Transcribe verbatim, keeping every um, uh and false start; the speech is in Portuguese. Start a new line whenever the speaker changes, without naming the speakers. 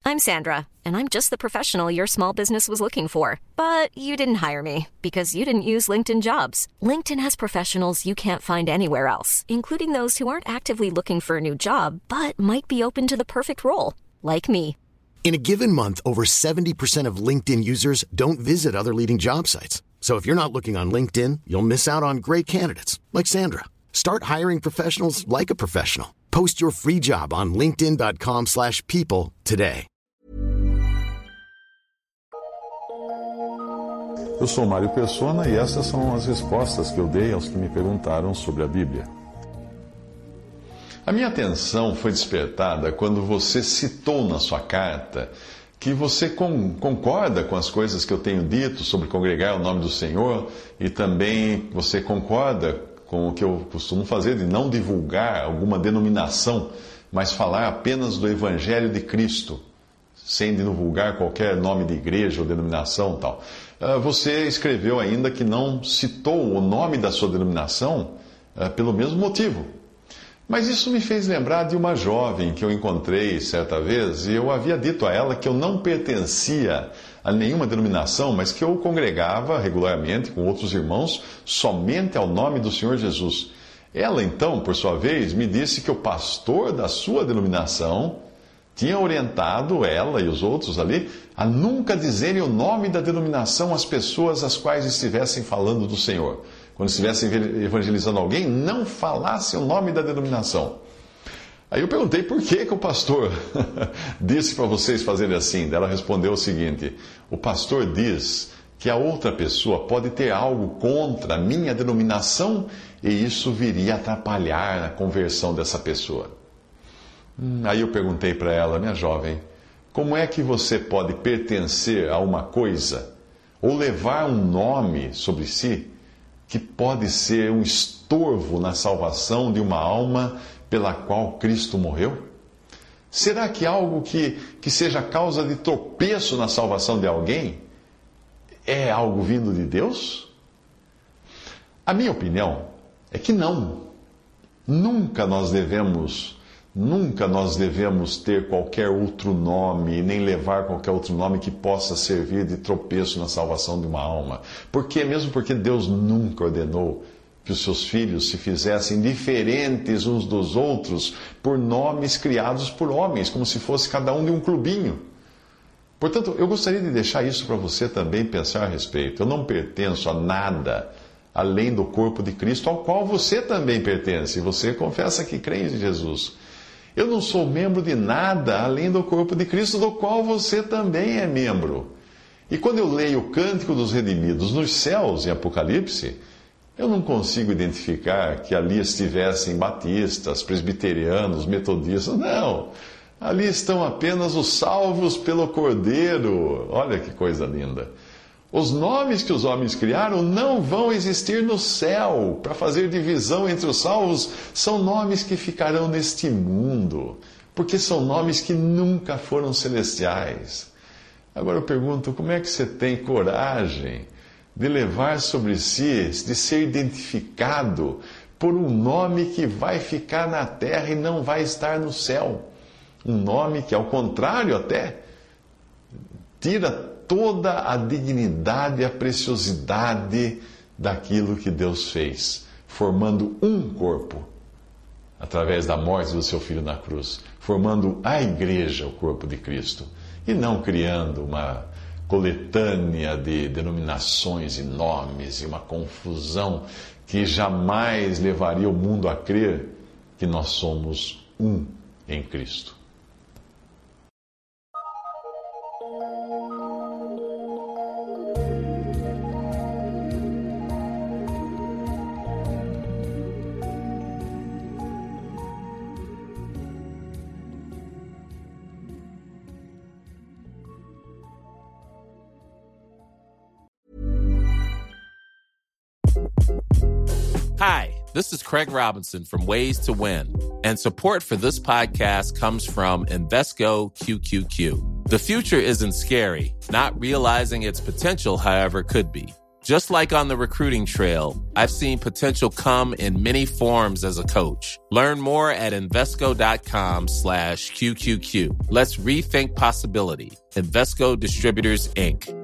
I'm Sandra, and I'm just the professional your small business was looking for. But you didn't hire me because you didn't use LinkedIn Jobs. LinkedIn has professionals you can't find anywhere else, including those who aren't actively looking for a new job, but might be open to the perfect role, like me.
In a given month, over seventy percent of LinkedIn users don't visit other leading job sites. So if you're not looking on LinkedIn, you'll miss out on great candidates like Sandra. Start hiring professionals like a professional. Post your free job on linkedin dot com slash people today.
Eu sou Mário Persona e essas são as respostas que eu dei aos que me perguntaram sobre a Bíblia. A minha atenção foi despertada quando você citou na sua carta que você com, concorda com as coisas que eu tenho dito sobre congregar o nome do Senhor e também você concorda com o que eu costumo fazer de não divulgar alguma denominação, mas falar apenas do Evangelho de Cristo, sem divulgar qualquer nome de igreja ou denominação e tal. Você escreveu ainda que não citou o nome da sua denominação pelo mesmo motivo. Mas isso me fez lembrar de uma jovem que eu encontrei certa vez e eu havia dito a ela que eu não pertencia a nenhuma denominação, mas que eu congregava regularmente com outros irmãos somente ao nome do Senhor Jesus. Ela então, por sua vez, me disse que o pastor da sua denominação tinha orientado ela e os outros ali a nunca dizerem o nome da denominação às pessoas às quais estivessem falando do Senhor. Quando estivessem evangelizando alguém, não falassem o nome da denominação. Aí eu perguntei por que, que o pastor disse para vocês fazerem assim. Ela respondeu o seguinte: o pastor diz que a outra pessoa pode ter algo contra a minha denominação e isso viria a atrapalhar a conversão dessa pessoa. Hum, aí eu perguntei para ela: minha jovem, como é que você pode pertencer a uma coisa ou levar um nome sobre si que pode ser um estorvo na salvação de uma alma pela qual Cristo morreu? Será que algo que, que seja causa de tropeço na salvação de alguém é algo vindo de Deus? A minha opinião é que não. Nunca nós devemos, nunca nós devemos ter qualquer outro nome, nem levar qualquer outro nome que possa servir de tropeço na salvação de uma alma. Porque, mesmo porque Deus nunca ordenou que os seus filhos se fizessem diferentes uns dos outros por nomes criados por homens, como se fosse cada um de um clubinho. Portanto, eu gostaria de deixar isso para você também pensar a respeito. Eu não pertenço a nada além do corpo de Cristo, ao qual você também pertence. Você confessa que crê em Jesus. Eu não sou membro de nada além do corpo de Cristo, do qual você também é membro. E quando eu leio o Cântico dos Redimidos nos céus, em Apocalipse, eu não consigo identificar que ali estivessem batistas, presbiterianos, metodistas. Não, ali estão apenas os salvos pelo Cordeiro. Olha que coisa linda. Os nomes que os homens criaram não vão existir no céu. Para fazer divisão entre os salvos, são nomes que ficarão neste mundo, porque são nomes que nunca foram celestiais. Agora eu pergunto, como é que você tem coragem de levar sobre si, de ser identificado por um nome que vai ficar na terra e não vai estar no céu? Um nome que, ao contrário até, tira toda a dignidade e a preciosidade daquilo que Deus fez, formando um corpo, através da morte do seu Filho na cruz, formando a igreja, o corpo de Cristo, e não criando uma coletânea de denominações e nomes e uma confusão que jamais levaria o mundo a crer que nós somos um em Cristo.
Hi, this is Craig Robinson from Ways to Win, and support for this podcast comes from Invesco Q Q Q. The future isn't scary. Not realizing its potential, however, could be. Just like on the recruiting trail, I've seen potential come in many forms as a coach. Learn more at Invesco.com slash QQQ. Let's rethink possibility. Invesco Distributors, Incorporated.